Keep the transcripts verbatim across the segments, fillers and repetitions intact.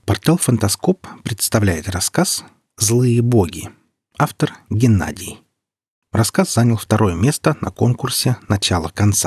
Портал «Фантаскоп» представляет рассказ «Злые боги». Автор Геннадий. Рассказ занял второе место на конкурсе «Начало-конца».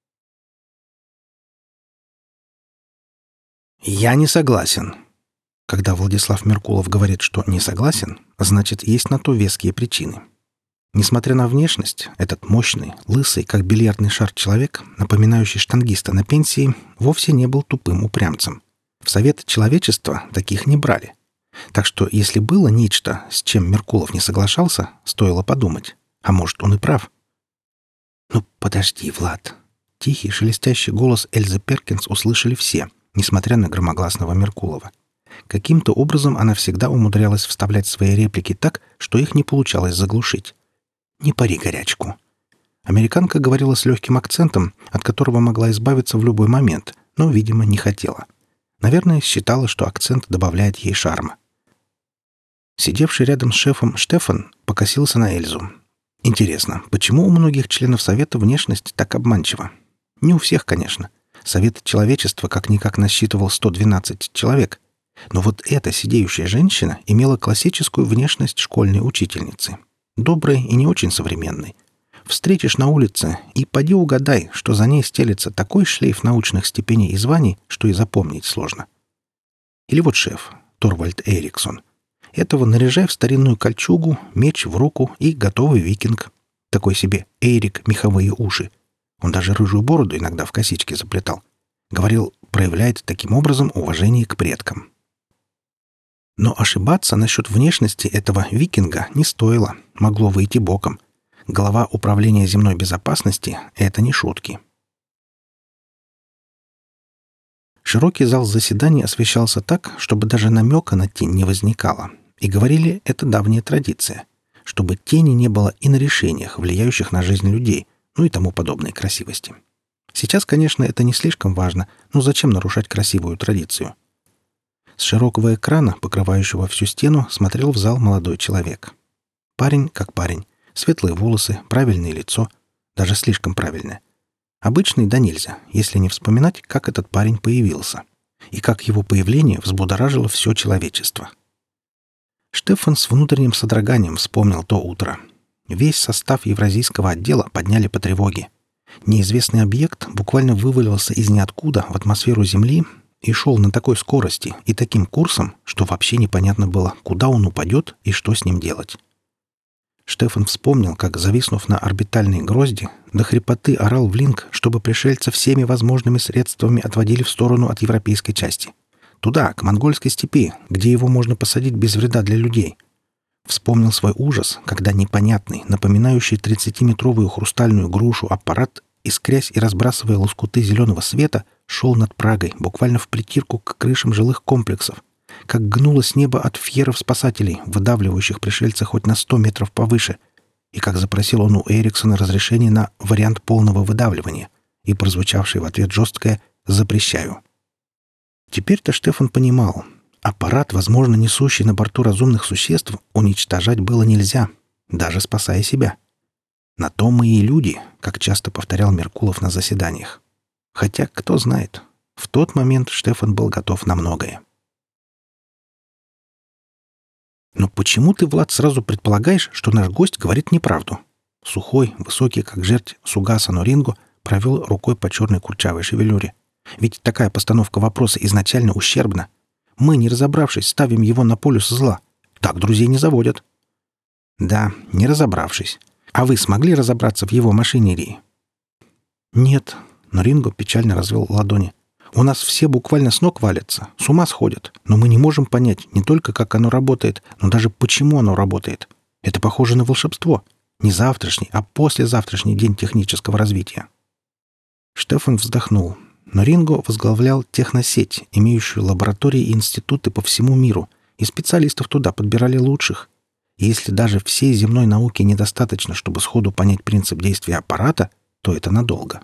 «Я не согласен». Когда Владислав Меркулов говорит, что не согласен, значит, есть на то веские причины. Несмотря на внешность, этот мощный, лысый, как бильярдный шар человек, напоминающий штангиста на пенсии, вовсе не был тупым упрямцем. В Совет Человечества таких не брали. Так что, если было нечто, с чем Меркулов не соглашался, стоило подумать. А может, он и прав. «Ну, подожди, Влад!» Тихий, шелестящий голос Эльзы Перкинс услышали все, несмотря на громогласного Меркулова. Каким-то образом она всегда умудрялась вставлять свои реплики так, что их не получалось заглушить. «Не пари горячку!» Американка говорила с легким акцентом, от которого могла избавиться в любой момент, но, видимо, не хотела. Наверное, считала, что акцент добавляет ей шарма. Сидевший рядом с шефом Штефан покосился на Эльзу. Интересно, почему у многих членов Совета внешность так обманчива? Не у всех, конечно. Совет Человечества как-никак насчитывал сто двенадцать человек. Но вот эта сидеющая женщина имела классическую внешность школьной учительницы. Доброй и не очень современной. Встретишь на улице и поди угадай, что за ней стелется такой шлейф научных степеней и званий, что и запомнить сложно. Или вот шеф, Торвальд Эриксон. Этого наряжай в старинную кольчугу, меч в руку и готовый викинг. Такой себе Эрик меховые уши. Он даже рыжую бороду иногда в косички заплетал. Говорил, проявляет таким образом уважение к предкам. Но ошибаться насчет внешности этого викинга не стоило, могло выйти боком. Глава управления земной безопасности — это не шутки. Широкий зал заседаний освещался так, чтобы даже намека на тень не возникало. И говорили, это давняя традиция. Чтобы тени не было и на решениях, влияющих на жизнь людей, ну и тому подобной красивости. Сейчас, конечно, это не слишком важно, но зачем нарушать красивую традицию? С широкого экрана, покрывающего всю стену, смотрел в зал молодой человек. Парень как парень. Светлые волосы, правильное лицо, даже слишком правильное. Обычный да нельзя, если не вспоминать, как этот парень появился. И как его появление взбудоражило все человечество. Штефан с внутренним содроганием вспомнил то утро. Весь состав евразийского отдела подняли по тревоге. Неизвестный объект буквально вывалился из ниоткуда в атмосферу Земли и шел на такой скорости и таким курсом, что вообще непонятно было, куда он упадет и что с ним делать. Штефан вспомнил, как, зависнув на орбитальной грозди, до хрипоты орал в линк, чтобы пришельца всеми возможными средствами отводили в сторону от европейской части. Туда, к монгольской степи, где его можно посадить без вреда для людей. Вспомнил свой ужас, когда непонятный, напоминающий тридцатиметровую хрустальную грушу аппарат, искрясь и разбрасывая лоскуты зеленого света, шел над Прагой, буквально в притирку к крышам жилых комплексов, как гнуло с неба от фьеров-спасателей, выдавливающих пришельца хоть на сто метров повыше, и как запросил он у Эриксона разрешение на вариант полного выдавливания, и прозвучавший в ответ жесткое «запрещаю». Теперь-то Штефан понимал, аппарат, возможно, несущий на борту разумных существ, уничтожать было нельзя, даже спасая себя. На то мы и люди, как часто повторял Меркулов на заседаниях. Хотя, кто знает, в тот момент Штефан был готов на многое. «Но почему ты, Влад, сразу предполагаешь, что наш гость говорит неправду?» Сухой, высокий, как жерть, Сугаса Норинго провел рукой по черной курчавой шевелюре. «Ведь такая постановка вопроса изначально ущербна. Мы, не разобравшись, ставим его на полюс зла. Так друзей не заводят». «Да, не разобравшись. А вы смогли разобраться в его машинерии?» «Нет», — Норинго печально развел ладони. «У нас все буквально с ног валятся, с ума сходят, но мы не можем понять не только, как оно работает, но даже почему оно работает. Это похоже на волшебство. Не завтрашний, а послезавтрашний день технического развития». Штефан вздохнул. Норинго возглавлял техносеть, имеющую лаборатории и институты по всему миру, и специалистов туда подбирали лучших. И если даже всей земной науки недостаточно, чтобы сходу понять принцип действия аппарата, то это надолго.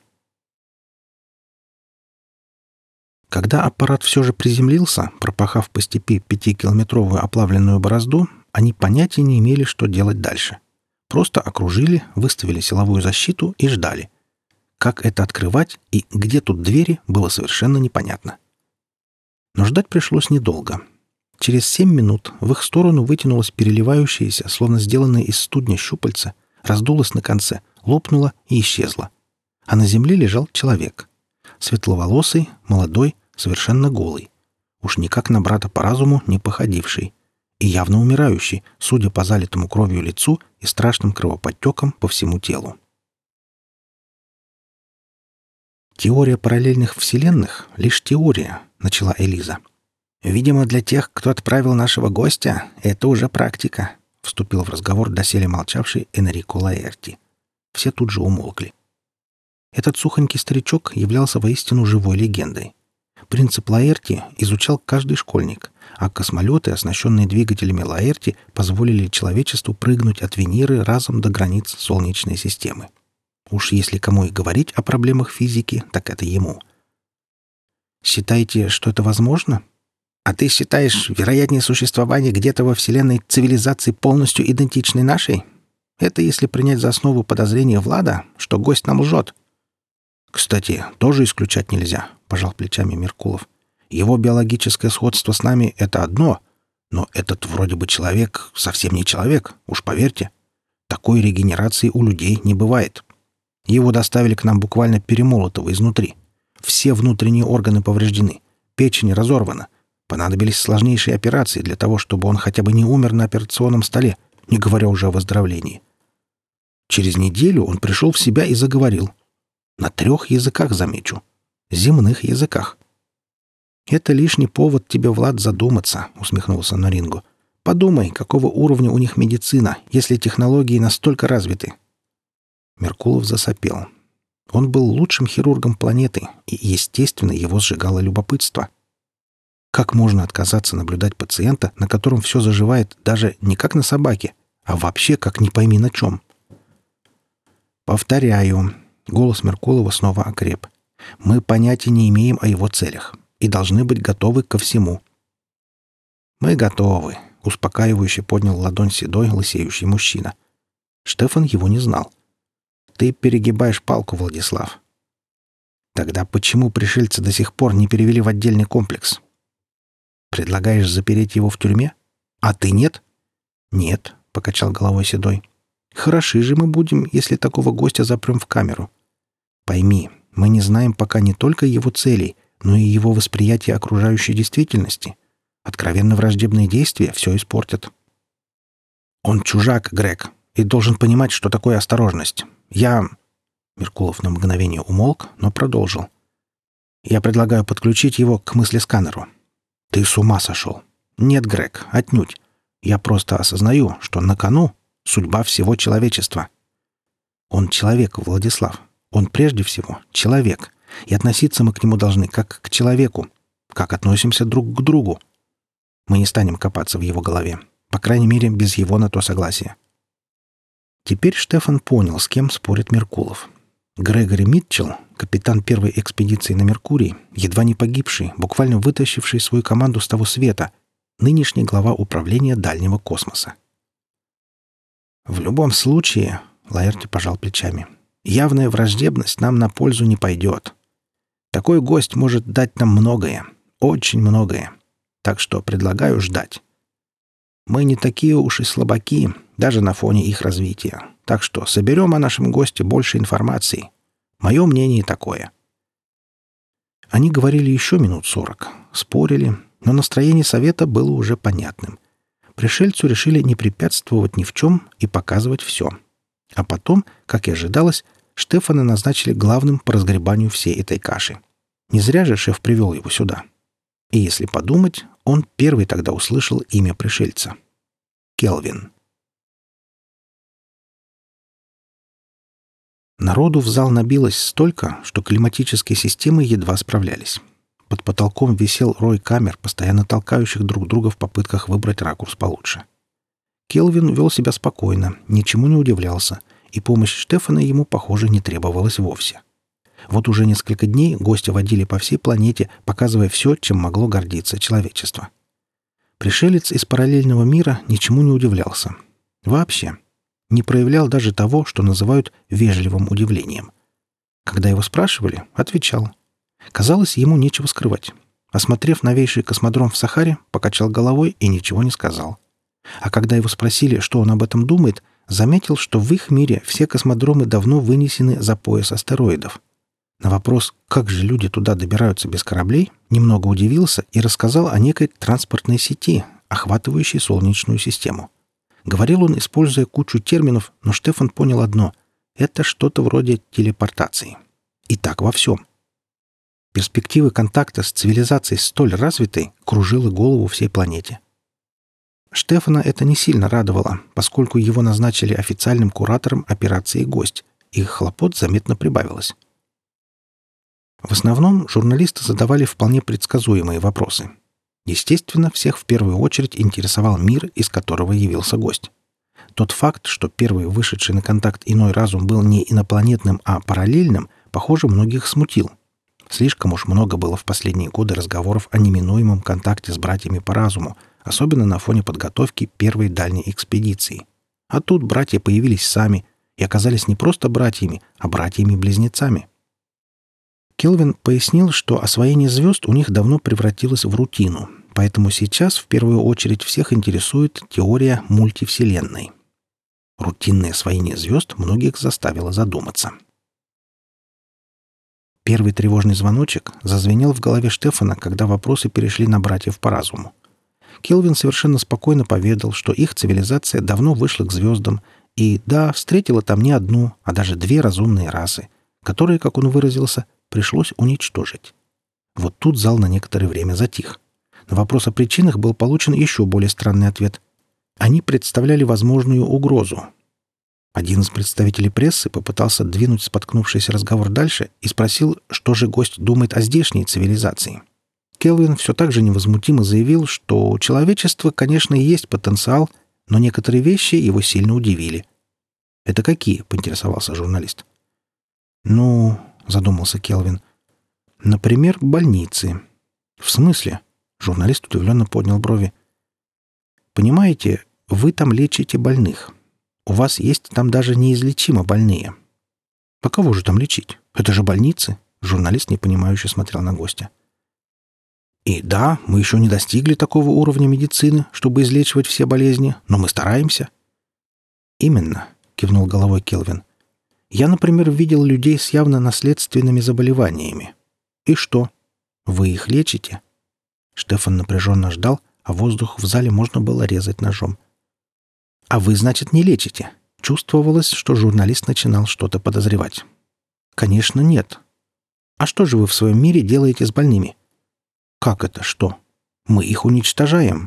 Когда аппарат все же приземлился, пропахав по степи пятикилометровую оплавленную борозду, они понятия не имели, что делать дальше. Просто окружили, выставили силовую защиту и ждали. Как это открывать и где тут двери, было совершенно непонятно. Но ждать пришлось недолго. Через семь минут в их сторону вытянулось переливающееся, словно сделанное из студня щупальце, раздулось на конце, лопнуло и исчезло. А на земле лежал человек. Светловолосый, молодой, совершенно голый. Уж никак на брата по разуму не походивший. И явно умирающий, судя по залитому кровью лицу и страшным кровоподтекам по всему телу. «Теория параллельных вселенных — лишь теория», — начала Элиза. «Видимо, для тех, кто отправил нашего гостя, это уже практика», — вступил в разговор доселе молчавший Энрико Лаэрти. Все тут же умолкли. Этот сухонький старичок являлся воистину живой легендой. Принцип Лаэрти изучал каждый школьник, а космолеты, оснащенные двигателями Лаэрти, позволили человечеству прыгнуть от Венеры разом до границ Солнечной системы. Уж если кому и говорить о проблемах физики, так это ему. «Считаете, что это возможно?» «А ты считаешь вероятнее существование где-то во Вселенной цивилизации полностью идентичной нашей? Это если принять за основу подозрения Влада, что гость нам лжет». «Кстати, тоже исключать нельзя», — пожал плечами Меркулов. «Его биологическое сходство с нами — это одно, но этот вроде бы человек совсем не человек, уж поверьте. Такой регенерации у людей не бывает. Его доставили к нам буквально перемолотого изнутри. Все внутренние органы повреждены, печень разорвана. Понадобились сложнейшие операции для того, чтобы он хотя бы не умер на операционном столе, не говоря уже о выздоровлении. Через неделю он пришел в себя и заговорил. На трех языках, замечу. Земных языках. «Это лишний повод тебе, Влад, задуматься», — усмехнулся Норинго. «Подумай, какого уровня у них медицина, если технологии настолько развиты». Меркулов засопел. Он был лучшим хирургом планеты, и, естественно, его сжигало любопытство. Как можно отказаться наблюдать пациента, на котором все заживает даже не как на собаке, а вообще как не пойми на чем? «Повторяю», — голос Меркулова снова окреп, — «мы понятия не имеем о его целях и должны быть готовы ко всему». «Мы готовы», — успокаивающе поднял ладонь седой, лысеющий мужчина. Штефан его не знал. «Ты перегибаешь палку, Владислав». «Тогда почему пришельцы до сих пор не перевели в отдельный комплекс?» «Предлагаешь запереть его в тюрьме? А ты нет?» «Нет», — покачал головой седой. «Хороши же мы будем, если такого гостя запрем в камеру. Пойми, мы не знаем пока не только его целей, но и его восприятие окружающей действительности. Откровенно враждебные действия все испортят». «Он чужак, Грег, и должен понимать, что такое осторожность. Я...» Меркулов на мгновение умолк, но продолжил. «Я предлагаю подключить его к мыслесканеру». «Ты с ума сошел?» «Нет, Грег, отнюдь. Я просто осознаю, что на кону судьба всего человечества». «Он человек, Владислав. Он прежде всего человек. И относиться мы к нему должны как к человеку, как относимся друг к другу. Мы не станем копаться в его голове. По крайней мере, без его на то согласия». Теперь Штефан понял, с кем спорит Меркулов. Грегори Митчелл, капитан первой экспедиции на Меркурий, едва не погибший, буквально вытащивший свою команду с того света, нынешний глава управления дальнего космоса. «В любом случае», — Лаэрти пожал плечами, — «явная враждебность нам на пользу не пойдет. Такой гость может дать нам многое, очень многое. Так что предлагаю ждать. Мы не такие уж и слабаки, даже на фоне их развития. Так что соберем о нашем госте больше информации. Мое мнение такое». Они говорили еще минут сорок, спорили, но настроение совета было уже понятным. Пришельцу решили не препятствовать ни в чем и показывать все. А потом, как и ожидалось, Штефана назначили главным по разгребанию всей этой каши. Не зря же шеф привел его сюда. И если подумать, он первый тогда услышал имя пришельца. Келвин. Народу в зал набилось столько, что климатические системы едва справлялись. Под потолком висел рой камер, постоянно толкающих друг друга в попытках выбрать ракурс получше. Келвин вел себя спокойно, ничему не удивлялся, и помощь Штефана ему, похоже, не требовалась вовсе. Вот уже несколько дней гостя водили по всей планете, показывая все, чем могло гордиться человечество. Пришелец из параллельного мира ничему не удивлялся. Вообще. Не проявлял даже того, что называют вежливым удивлением. Когда его спрашивали, отвечал. Казалось, ему нечего скрывать. Осмотрев новейший космодром в Сахаре, покачал головой и ничего не сказал. А когда его спросили, что он об этом думает, заметил, что в их мире все космодромы давно вынесены за пояс астероидов. На вопрос, как же люди туда добираются без кораблей, немного удивился и рассказал о некой транспортной сети, охватывающей Солнечную систему. Говорил он, используя кучу терминов, но Штефан понял одно — это что-то вроде телепортации. И так во всем. Перспективы контакта с цивилизацией столь развитой кружила голову всей планете. Штефана это не сильно радовало, поскольку его назначили официальным куратором операции «Гость», и хлопот заметно прибавилось. В основном журналисты задавали вполне предсказуемые вопросы. Естественно, всех в первую очередь интересовал мир, из которого явился гость. Тот факт, что первый вышедший на контакт иной разум был не инопланетным, а параллельным, похоже, многих смутил. Слишком уж много было в последние годы разговоров о неминуемом контакте с братьями по разуму, особенно на фоне подготовки первой дальней экспедиции. А тут братья появились сами и оказались не просто братьями, а братьями-близнецами. Келвин пояснил, что освоение звезд у них давно превратилось в рутину, поэтому сейчас в первую очередь всех интересует теория мультивселенной. Рутинное освоение звезд многих заставило задуматься. Первый тревожный звоночек зазвенел в голове Штефана, когда вопросы перешли на братьев по разуму. Келвин совершенно спокойно поведал, что их цивилизация давно вышла к звездам и, да, встретила там не одну, а даже две разумные расы, которые, как он выразился, пришлось уничтожить. Вот тут зал на некоторое время затих. На вопрос о причинах был получен еще более странный ответ. Они представляли возможную угрозу. Один из представителей прессы попытался двинуть споткнувшийся разговор дальше и спросил, что же гость думает о здешней цивилизации. Келвин все так же невозмутимо заявил, что у человечества, конечно, есть потенциал, но некоторые вещи его сильно удивили. «Это какие?» — поинтересовался журналист. «Ну...» — задумался Келвин. «Например, больницы». «В смысле?» — журналист удивленно поднял брови. «Понимаете, вы там лечите больных. У вас есть там даже неизлечимо больные». «А кого же там лечить? Это же больницы!» Журналист непонимающе смотрел на гостя. «И да, мы еще не достигли такого уровня медицины, чтобы излечивать все болезни, но мы стараемся». «Именно», — кивнул головой Келвин. «Я, например, видел людей с явно наследственными заболеваниями. И что? Вы их лечите?» Штефан напряженно ждал, а воздух в зале можно было резать ножом. «А вы, значит, не лечите?» Чувствовалось, что журналист начинал что-то подозревать. «Конечно, нет. А что же вы в своем мире делаете с больными?» «Как это что? Мы их уничтожаем».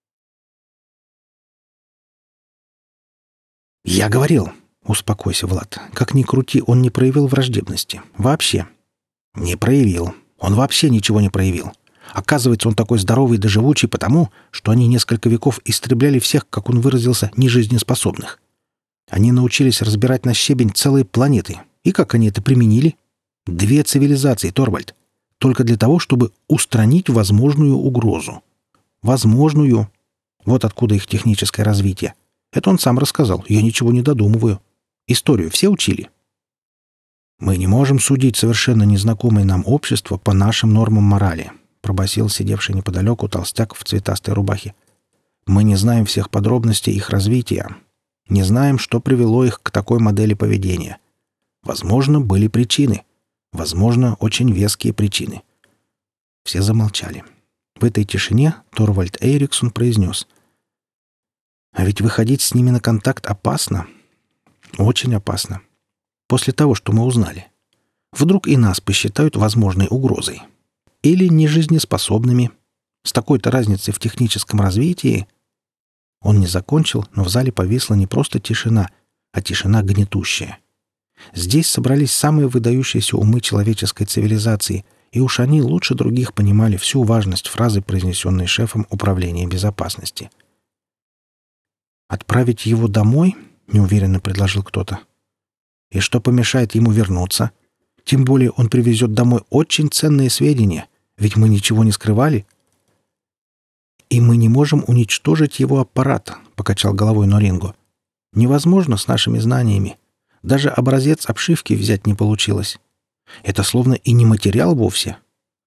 «Я говорил...» «Успокойся, Влад. Как ни крути, он не проявил враждебности. Вообще». «Не проявил. Он вообще ничего не проявил. Оказывается, он такой здоровый да живучий потому, что они несколько веков истребляли всех, как он выразился, нежизнеспособных. Они научились разбирать на щебень целые планеты. И как они это применили? Две цивилизации, Торвальд. Только для того, чтобы устранить возможную угрозу. Возможную. Вот откуда их техническое развитие. Это он сам рассказал. Я ничего не додумываю. Историю все учили? Мы не можем судить совершенно незнакомое нам общество по нашим нормам морали, пробасил сидевший неподалеку толстяк в цветастой рубахе. Мы не знаем всех подробностей их развития. Не знаем, что привело их к такой модели поведения. Возможно, были причины. Возможно, очень веские причины. Все замолчали. В этой тишине Торвальд Эйриксон произнес: «А ведь выходить с ними на контакт опасно. Очень опасно. После того, что мы узнали. Вдруг и нас посчитают возможной угрозой. Или нежизнеспособными. С такой-то разницей в техническом развитии...» Он не закончил, но в зале повисла не просто тишина, а тишина гнетущая. Здесь собрались самые выдающиеся умы человеческой цивилизации, и уж они лучше других понимали всю важность фразы, произнесенной шефом управления безопасности. «Отправить его домой?» — неуверенно предложил кто-то. «И что помешает ему вернуться? Тем более он привезет домой очень ценные сведения, ведь мы ничего не скрывали». «И мы не можем уничтожить его аппарат», — покачал головой Норинго. «Невозможно с нашими знаниями. Даже образец обшивки взять не получилось. Это словно и не материал вовсе.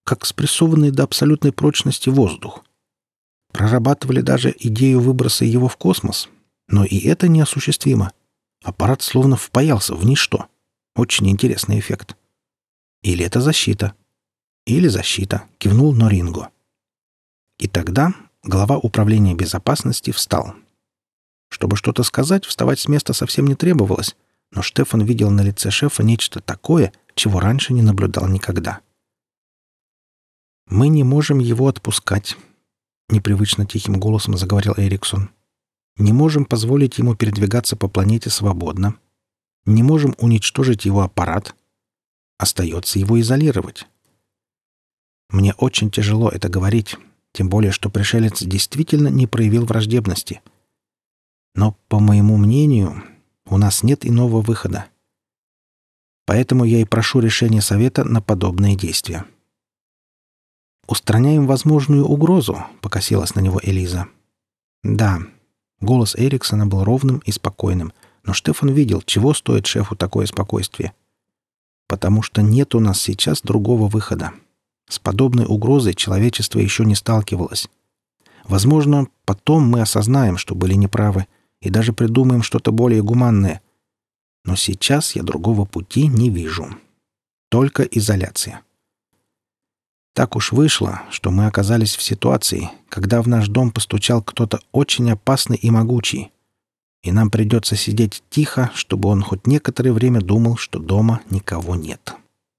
как спрессованный до абсолютной прочности воздух. Прорабатывали даже идею выброса его в космос, но и это неосуществимо. Аппарат словно впаялся в ничто. Очень интересный эффект. Или это защита. Или защита, кивнул Норинго. И тогда глава управления безопасности встал. Чтобы что-то сказать, вставать с места совсем не требовалось, но Штефан видел на лице шефа нечто такое, чего раньше не наблюдал никогда. «Мы не можем его отпускать», — непривычно тихим голосом заговорил Эриксон. «Не можем позволить ему передвигаться по планете свободно. Не можем уничтожить его аппарат. Остается его изолировать. Мне очень тяжело это говорить, тем более, что пришелец действительно не проявил враждебности. Но, по моему мнению, у нас нет иного выхода. Поэтому я и прошу решения Совета на подобные действия». «Устраняем возможную угрозу», — покосилась на него Элиза. «Да». Голос Эриксона был ровным и спокойным, но Штефан видел, чего стоит шефу такое спокойствие. «Потому что нет у нас сейчас другого выхода. С подобной угрозой человечество еще не сталкивалось. Возможно, потом мы осознаем, что были неправы, и даже придумаем что-то более гуманное. Но сейчас я другого пути не вижу. Только изоляция. Так уж вышло, что мы оказались в ситуации, когда в наш дом постучал кто-то очень опасный и могучий, и нам придется сидеть тихо, чтобы он хоть некоторое время думал, что дома никого нет».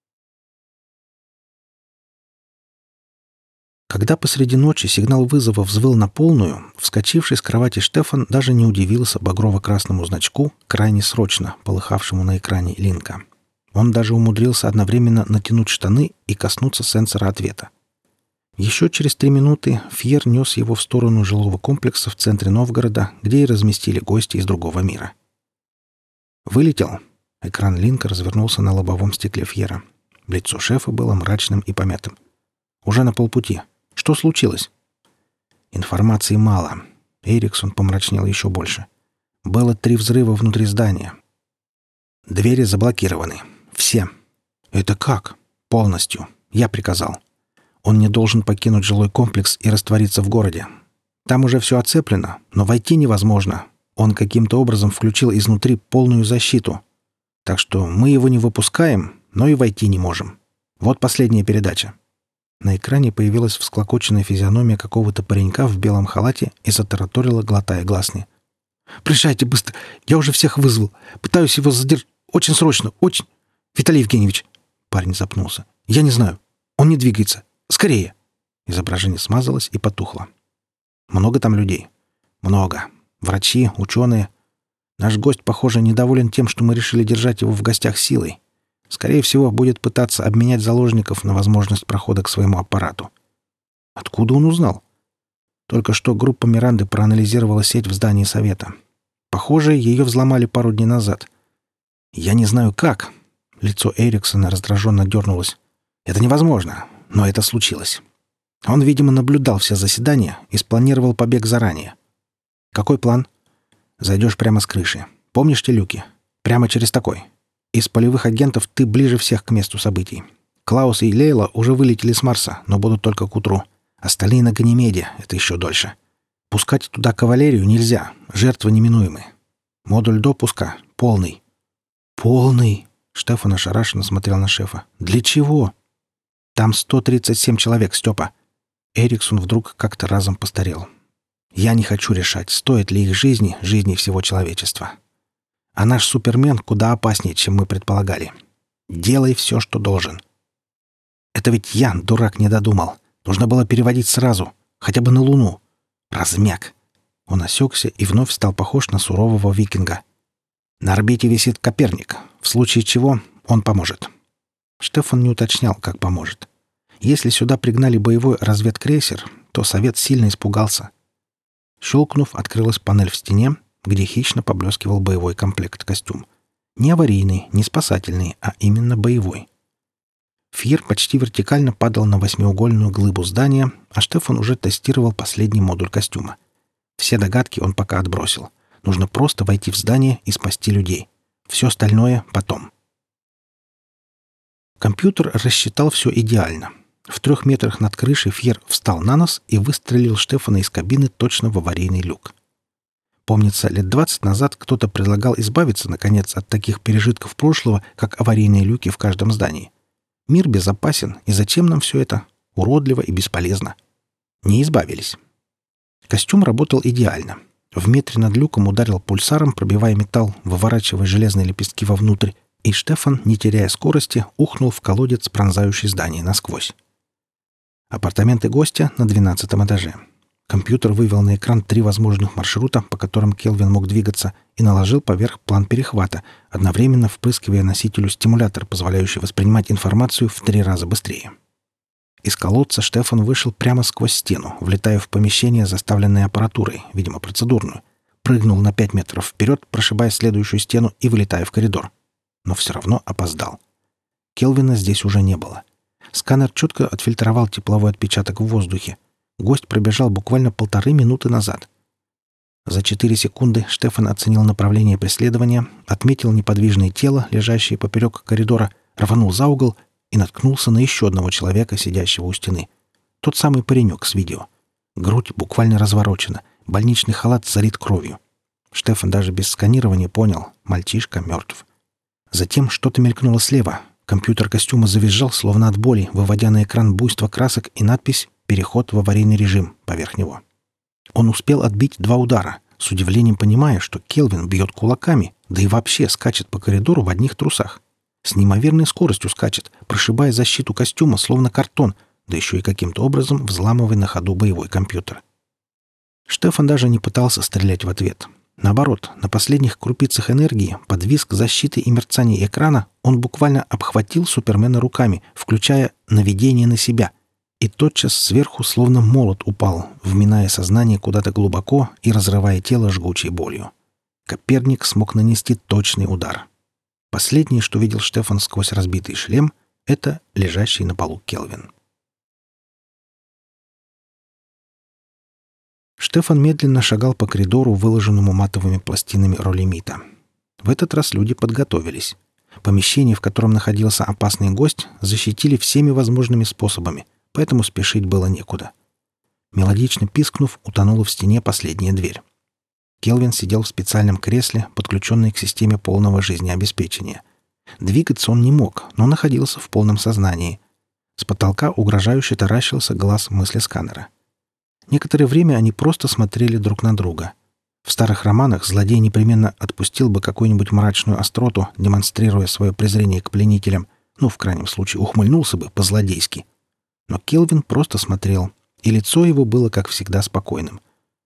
Когда посреди ночи сигнал вызова взвыл на полную, вскочивший с кровати Штефан даже не удивился багрово-красному значку, крайне срочно полыхавшему на экране Линка. Он даже умудрился одновременно натянуть штаны и коснуться сенсора ответа. Еще через три минуты Фьер нес его в сторону жилого комплекса в центре Новгорода, где и разместили гости из другого мира. «Вылетел?» Экран Линка развернулся на лобовом стекле Фьера. Лицо шефа было мрачным и помятым. «Уже на полпути. Что случилось?» «Информации мало». Эриксон помрачнел еще больше. «Было три взрыва внутри здания. Двери заблокированы. Все». «Это как?» «Полностью. Я приказал. Он не должен покинуть жилой комплекс и раствориться в городе. Там уже все оцеплено, но войти невозможно. Он каким-то образом включил изнутри полную защиту. Так что мы его не выпускаем, но и войти не можем. Вот последняя передача». На экране появилась всклокоченная физиономия какого-то паренька в белом халате и затараторила, глотая гласные. «Приезжайте быстро! Я уже всех вызвал! Пытаюсь его задержать! Очень срочно! Очень! Виталий Евгеньевич!» Парень запнулся. «Я не знаю. Он не двигается. Скорее!» Изображение смазалось и потухло. «Много там людей?» «Много. Врачи, ученые. Наш гость, похоже, недоволен тем, что мы решили держать его в гостях силой. Скорее всего, будет пытаться обменять заложников на возможность прохода к своему аппарату». «Откуда он узнал?» Только что группа Миранды проанализировала сеть в здании Совета. Похоже, ее взломали пару дней назад. «Я не знаю, как». Лицо Эриксона раздраженно дернулось. «Это невозможно, но это случилось. Он, видимо, наблюдал все заседания и спланировал побег заранее. Какой план? Зайдешь прямо с крыши. Помнишь те люки? Прямо через такой. Из полевых агентов ты ближе всех к месту событий. Клаус и Лейла уже вылетели с Марса, но будут только к утру. Остальные на Ганимеде, это еще дольше. Пускать туда кавалерию нельзя, жертвы неминуемы. Модуль допуска полный». «Полный?» Штефан ошарашенно смотрел на шефа. «Для чего?» «Там сто тридцать семь человек, Степа». Эриксон вдруг как-то разом постарел. «Я не хочу решать, стоит ли их жизни, жизни всего человечества. А наш Супермен куда опаснее, чем мы предполагали. Делай все, что должен». «Это ведь я, дурак, не додумал. Нужно было переводить сразу, хотя бы на Луну. Размяк». Он осекся и вновь стал похож на сурового викинга. «На орбите висит Коперник, в случае чего он поможет». Штефан не уточнял, как поможет. Если сюда пригнали боевой разведкрейсер, то Совет сильно испугался. Щелкнув, открылась панель в стене, где хищно поблескивал боевой комплект-костюм. Не аварийный, не спасательный, а именно боевой. Фьер почти вертикально падал на восьмиугольную глыбу здания, а Штефан уже тестировал последний модуль костюма. Все догадки он пока отбросил. Нужно просто войти в здание и спасти людей. Все остальное потом. Компьютер рассчитал все идеально. В трех метрах над крышей Фьер встал на нос и выстрелил Штефана из кабины точно в аварийный люк. Помнится, лет двадцать назад кто-то предлагал избавиться, наконец, от таких пережитков прошлого, как аварийные люки в каждом здании. Мир безопасен, и зачем нам все это? Уродливо и бесполезно. Не избавились. Костюм работал идеально. В метре над люком ударил пульсаром, пробивая металл, выворачивая железные лепестки вовнутрь, и Штефан, не теряя скорости, ухнул в колодец, пронзающий здание насквозь. Апартаменты гостя на двенадцатом этаже. Компьютер вывел на экран три возможных маршрута, по которым Келвин мог двигаться, и наложил поверх план перехвата, одновременно впрыскивая носителю стимулятор, позволяющий воспринимать информацию в три раза быстрее. Из колодца Штефан вышел прямо сквозь стену, влетая в помещение, заставленное аппаратурой, видимо, процедурную, прыгнул на пять метров вперед, прошибая следующую стену и вылетая в коридор. Но все равно опоздал. Келвина здесь уже не было. Сканер четко отфильтровал тепловой отпечаток в воздухе. Гость пробежал буквально полторы минуты назад. За четыре секунды Штефан оценил направление преследования, отметил неподвижное тело, лежащее поперек коридора, рванул за угол и наткнулся на еще одного человека, сидящего у стены. Тот самый паренек с видео. Грудь буквально разворочена, больничный халат залит кровью. Штефан даже без сканирования понял — мальчишка мертв. Затем что-то мелькнуло слева. Компьютер костюма завизжал, словно от боли, выводя на экран буйство красок и надпись «Переход в аварийный режим» поверх него. Он успел отбить два удара, с удивлением понимая, что Келвин бьет кулаками, да и вообще скачет по коридору в одних трусах. С неимоверной скоростью скачет, прошибая защиту костюма, словно картон, да еще и каким-то образом взламывая на ходу боевой компьютер. Штефан даже не пытался стрелять в ответ. Наоборот, на последних крупицах энергии, под визг защиты и мерцание экрана, он буквально обхватил Супермена руками, включая наведение на себя, и тотчас сверху словно молот упал, вминая сознание куда-то глубоко и разрывая тело жгучей болью. Коперник смог нанести точный удар. Последнее, что видел Штефан сквозь разбитый шлем, это лежащий на полу Келвин. Штефан медленно шагал по коридору, выложенному матовыми пластинами ролемита. В этот раз люди подготовились. Помещение, в котором находился опасный гость, защитили всеми возможными способами, поэтому спешить было некуда. Мелодично пискнув, утонула в стене последняя дверь. Келвин сидел в специальном кресле, подключенной к системе полного жизнеобеспечения. Двигаться он не мог, но находился в полном сознании. С потолка угрожающе таращился глаз мыслесканера. Некоторое время они просто смотрели друг на друга. В старых романах злодей непременно отпустил бы какую-нибудь мрачную остроту, демонстрируя свое презрение к пленителям, ну, в крайнем случае, ухмыльнулся бы по-злодейски. Но Келвин просто смотрел, и лицо его было, как всегда, спокойным.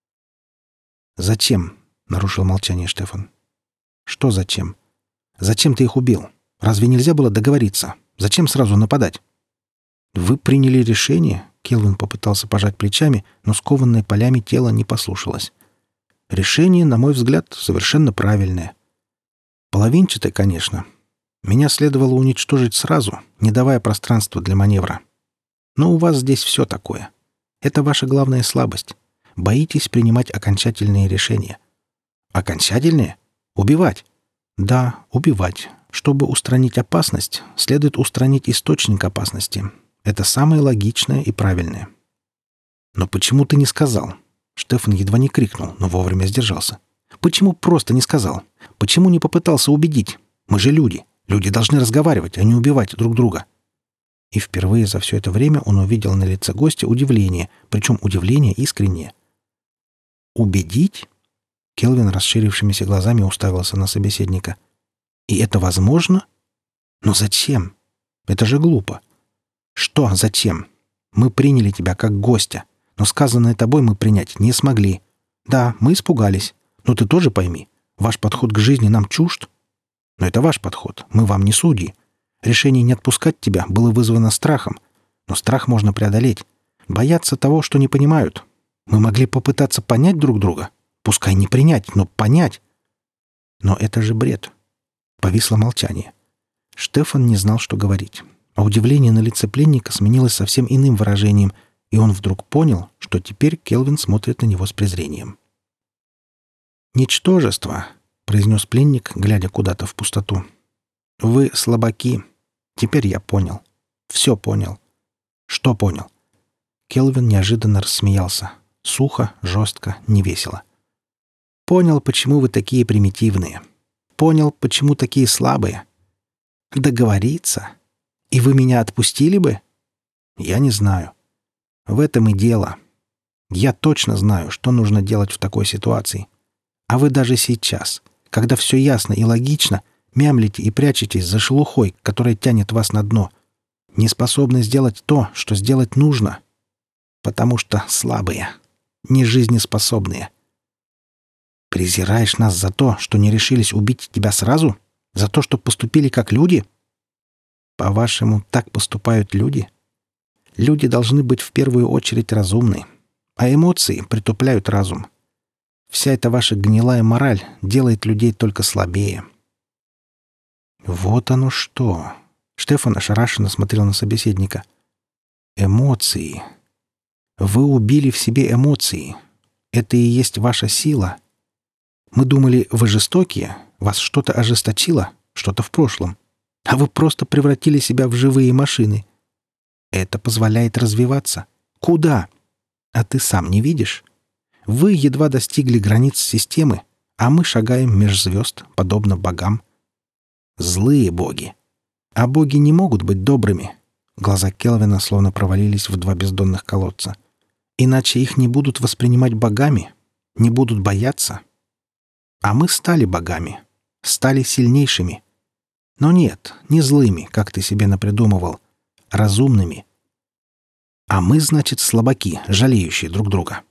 «Зачем?» — нарушил молчание Штефан. «Что зачем? Зачем ты их убил? Разве нельзя было договориться? Зачем сразу нападать?» «Вы приняли решение?» — Келвин попытался пожать плечами, но скованное полями тело не послушалось. «Решение, на мой взгляд, совершенно правильное. Половинчатое, конечно. Меня следовало уничтожить сразу, не давая пространства для маневра. Но у вас здесь все такое. Это ваша главная слабость. Боитесь принимать окончательные решения». «Окончательные? Убивать?» «Да, убивать. Чтобы устранить опасность, следует устранить источник опасности. Это самое логичное и правильное». «Но почему ты не сказал?» Штефан едва не крикнул, но вовремя сдержался. «Почему просто не сказал? Почему не попытался убедить? Мы же люди. Люди должны разговаривать, а не убивать друг друга». И впервые за все это время он увидел на лице гостя удивление, причем удивление искреннее. «Убедить?» Келвин расширившимися глазами уставился на собеседника. «И это возможно? Но зачем? Это же глупо. Что зачем? Мы приняли тебя как гостя, но сказанное тобой мы принять не смогли. Да, мы испугались, но ты тоже пойми, ваш подход к жизни нам чужд. Но это ваш подход, мы вам не судьи. Решение не отпускать тебя было вызвано страхом, но страх можно преодолеть. Бояться того, что не понимают. Мы могли попытаться понять друг друга. Пускай не принять, но понять. Но это же бред». Повисло молчание. Штефан не знал, что говорить. А удивление на лице пленника сменилось совсем иным выражением, и он вдруг понял, что теперь Келвин смотрит на него с презрением. «Ничтожество», — произнес пленник, глядя куда-то в пустоту. «Вы слабаки. Теперь я понял. Все понял. Что понял? Келвин неожиданно рассмеялся. Сухо, жестко, невесело. Понял, почему вы такие примитивные. Понял, почему такие слабые. Договориться? И вы меня отпустили бы? Я не знаю. В этом и дело. Я точно знаю, что нужно делать в такой ситуации. А вы даже сейчас, когда все ясно и логично, мямлите и прячетесь за шелухой, которая тянет вас на дно, не способны сделать то, что сделать нужно. Потому что слабые, не жизнеспособные. Презираешь нас за то, что не решились убить тебя сразу? За то, что поступили как люди? По-вашему, так поступают люди? Люди должны быть в первую очередь разумны, а эмоции притупляют разум. Вся эта ваша гнилая мораль делает людей только слабее. Вот оно что. Штефан ошарашенно смотрел на собеседника. Эмоции. Вы убили в себе эмоции. Это и есть ваша сила. Мы думали, вы жестокие, вас что-то ожесточило, что-то в прошлом. А вы просто превратили себя в живые машины. Это позволяет развиваться. Куда? А ты сам не видишь? Вы едва достигли границ системы, а мы шагаем меж звезд, подобно богам. Злые боги. А боги не могут быть добрыми. Глаза Келвина словно провалились в два бездонных колодца. Иначе их не будут воспринимать богами, не будут бояться. А мы стали богами, стали сильнейшими. Но нет, не злыми, как ты себе напридумывал, разумными. А мы, значит, слабаки, жалеющие друг друга.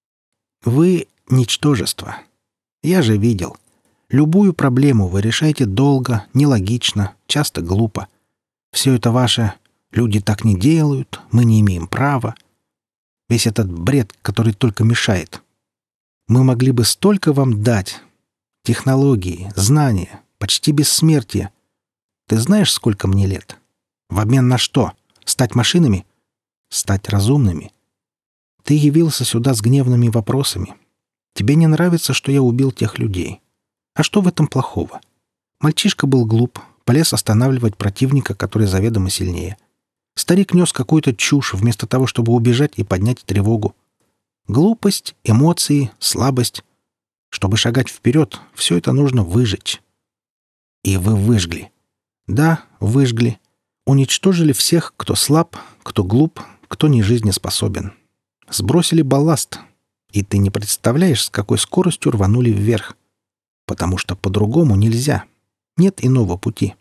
Вы — ничтожество. Я же видел. Любую проблему вы решаете долго, нелогично, часто глупо. Все это ваше «люди так не делают», «мы не имеем права». Весь этот бред, который только мешает. Мы могли бы столько вам дать. Технологии, знания, почти бессмертие. Ты знаешь, сколько мне лет? В обмен на что? Стать машинами? Стать разумными? Ты явился сюда с гневными вопросами. Тебе не нравится, что я убил тех людей. А что в этом плохого? Мальчишка был глуп, полез останавливать противника, который заведомо сильнее. Старик нес какую-то чушь вместо того, чтобы убежать и поднять тревогу. Глупость, эмоции, слабость. Чтобы шагать вперед, все это нужно выжечь. И вы выжгли. Да, выжгли. Уничтожили всех, кто слаб, кто глуп, кто не жизнеспособен. Сбросили балласт. И ты не представляешь, с какой скоростью рванули вверх. Потому что по-другому нельзя. Нет иного пути.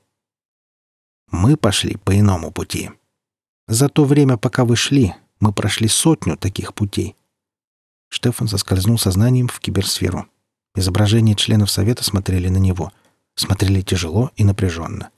Мы пошли по иному пути. За то время, пока вы шли, мы прошли сотню таких путей. Штефан соскользнул сознанием в киберсферу. Изображения членов совета смотрели на него. Смотрели тяжело и напряженно.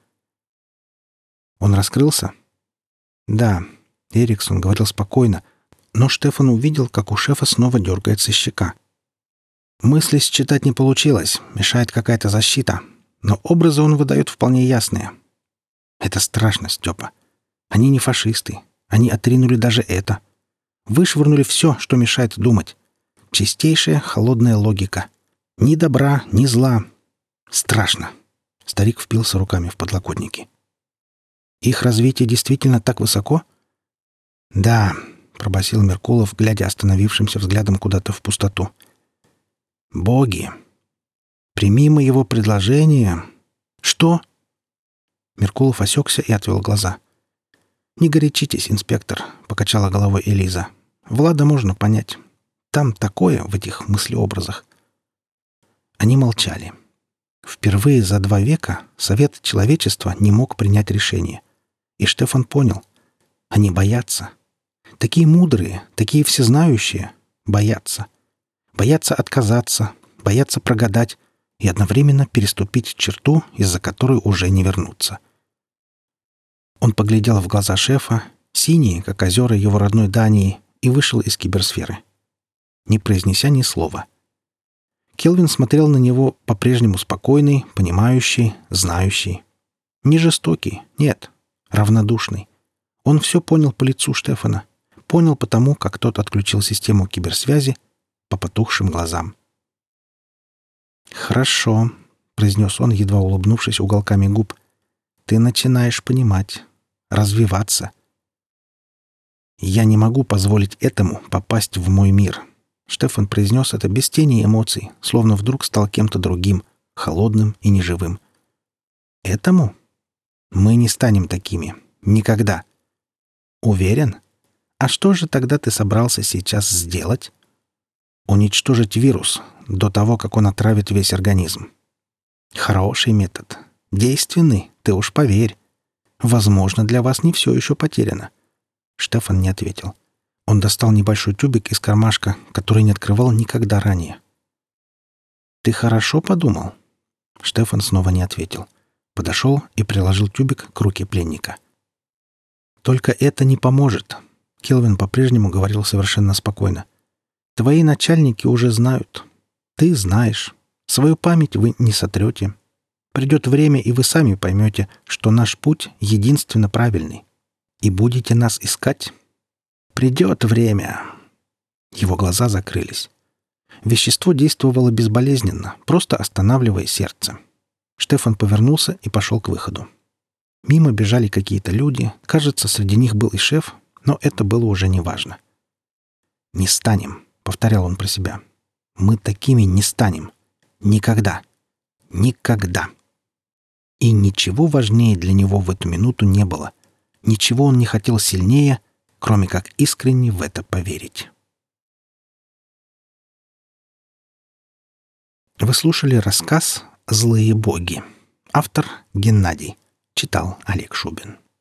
Он раскрылся? Да, Эриксон говорил спокойно, но Штефан увидел, как у шефа снова дергается щека. Мысли считать не получилось, мешает какая-то защита, но образы он выдает вполне ясные. Это страшно, Степа. Они не фашисты. Они отринули даже это. Вышвырнули все, что мешает думать. Чистейшая холодная логика. Ни добра, ни зла. Страшно. Старик впился руками в подлокотники. Их развитие действительно так высоко? Да, пробасил Меркулов, глядя остановившимся взглядом куда-то в пустоту. Боги. Прими моего предложения. Что? Меркулов осекся и отвел глаза. «Не горячитесь, инспектор», — покачала головой Элиза. «Влада можно понять. Там такое в этих мыслеобразах». Они молчали. Впервые за два века Совет Человечества не мог принять решение. И Штефан понял. Они боятся. Такие мудрые, такие всезнающие. Боятся. Боятся отказаться, боятся прогадать и одновременно переступить черту, из-за которой уже не вернуться. Он поглядел в глаза шефа, синие, как озера его родной Дании, и вышел из киберсферы, не произнеся ни слова. Келвин смотрел на него по-прежнему спокойный, понимающий, знающий. Не жестокий, нет, равнодушный. Он все понял по лицу Штефана, понял потому, как тот отключил систему киберсвязи, по потухшим глазам. «Хорошо», — произнес он, едва улыбнувшись уголками губ. «Ты начинаешь понимать, развиваться. Я не могу позволить этому попасть в мой мир. Штефан произнес это без тени эмоций, словно вдруг стал кем-то другим, холодным и неживым. Этому? Мы не станем такими. Никогда. Уверен? А что же тогда ты собрался сейчас сделать? Уничтожить вирус до того, как он отравит весь организм. Хороший метод. Действенный, ты уж поверь. Возможно, для вас не все еще потеряно. Штефан не ответил. Он достал небольшой тюбик из кармашка, который не открывал никогда ранее. «Ты хорошо подумал?» Штефан снова не ответил. Подошел и приложил тюбик к руке пленника. «Только это не поможет», — Келвин по-прежнему говорил совершенно спокойно. «Твои начальники уже знают. Ты знаешь. Свою память вы не сотрете. Придет время, и вы сами поймете, что наш путь единственно правильный. И будете нас искать. Придет время». Его глаза закрылись. Вещество действовало безболезненно, просто останавливая сердце. Штефан повернулся и пошел к выходу. Мимо бежали какие-то люди, кажется, среди них был и шеф, но это было уже неважно. «Не станем», — повторял он про себя. «Мы такими не станем. Никогда. Никогда». И ничего важнее для него в эту минуту не было. Ничего он не хотел сильнее, кроме как искренне в это поверить. Вы слушали рассказ «Злые боги». Автор Геннадий. Читал Олег Шубин.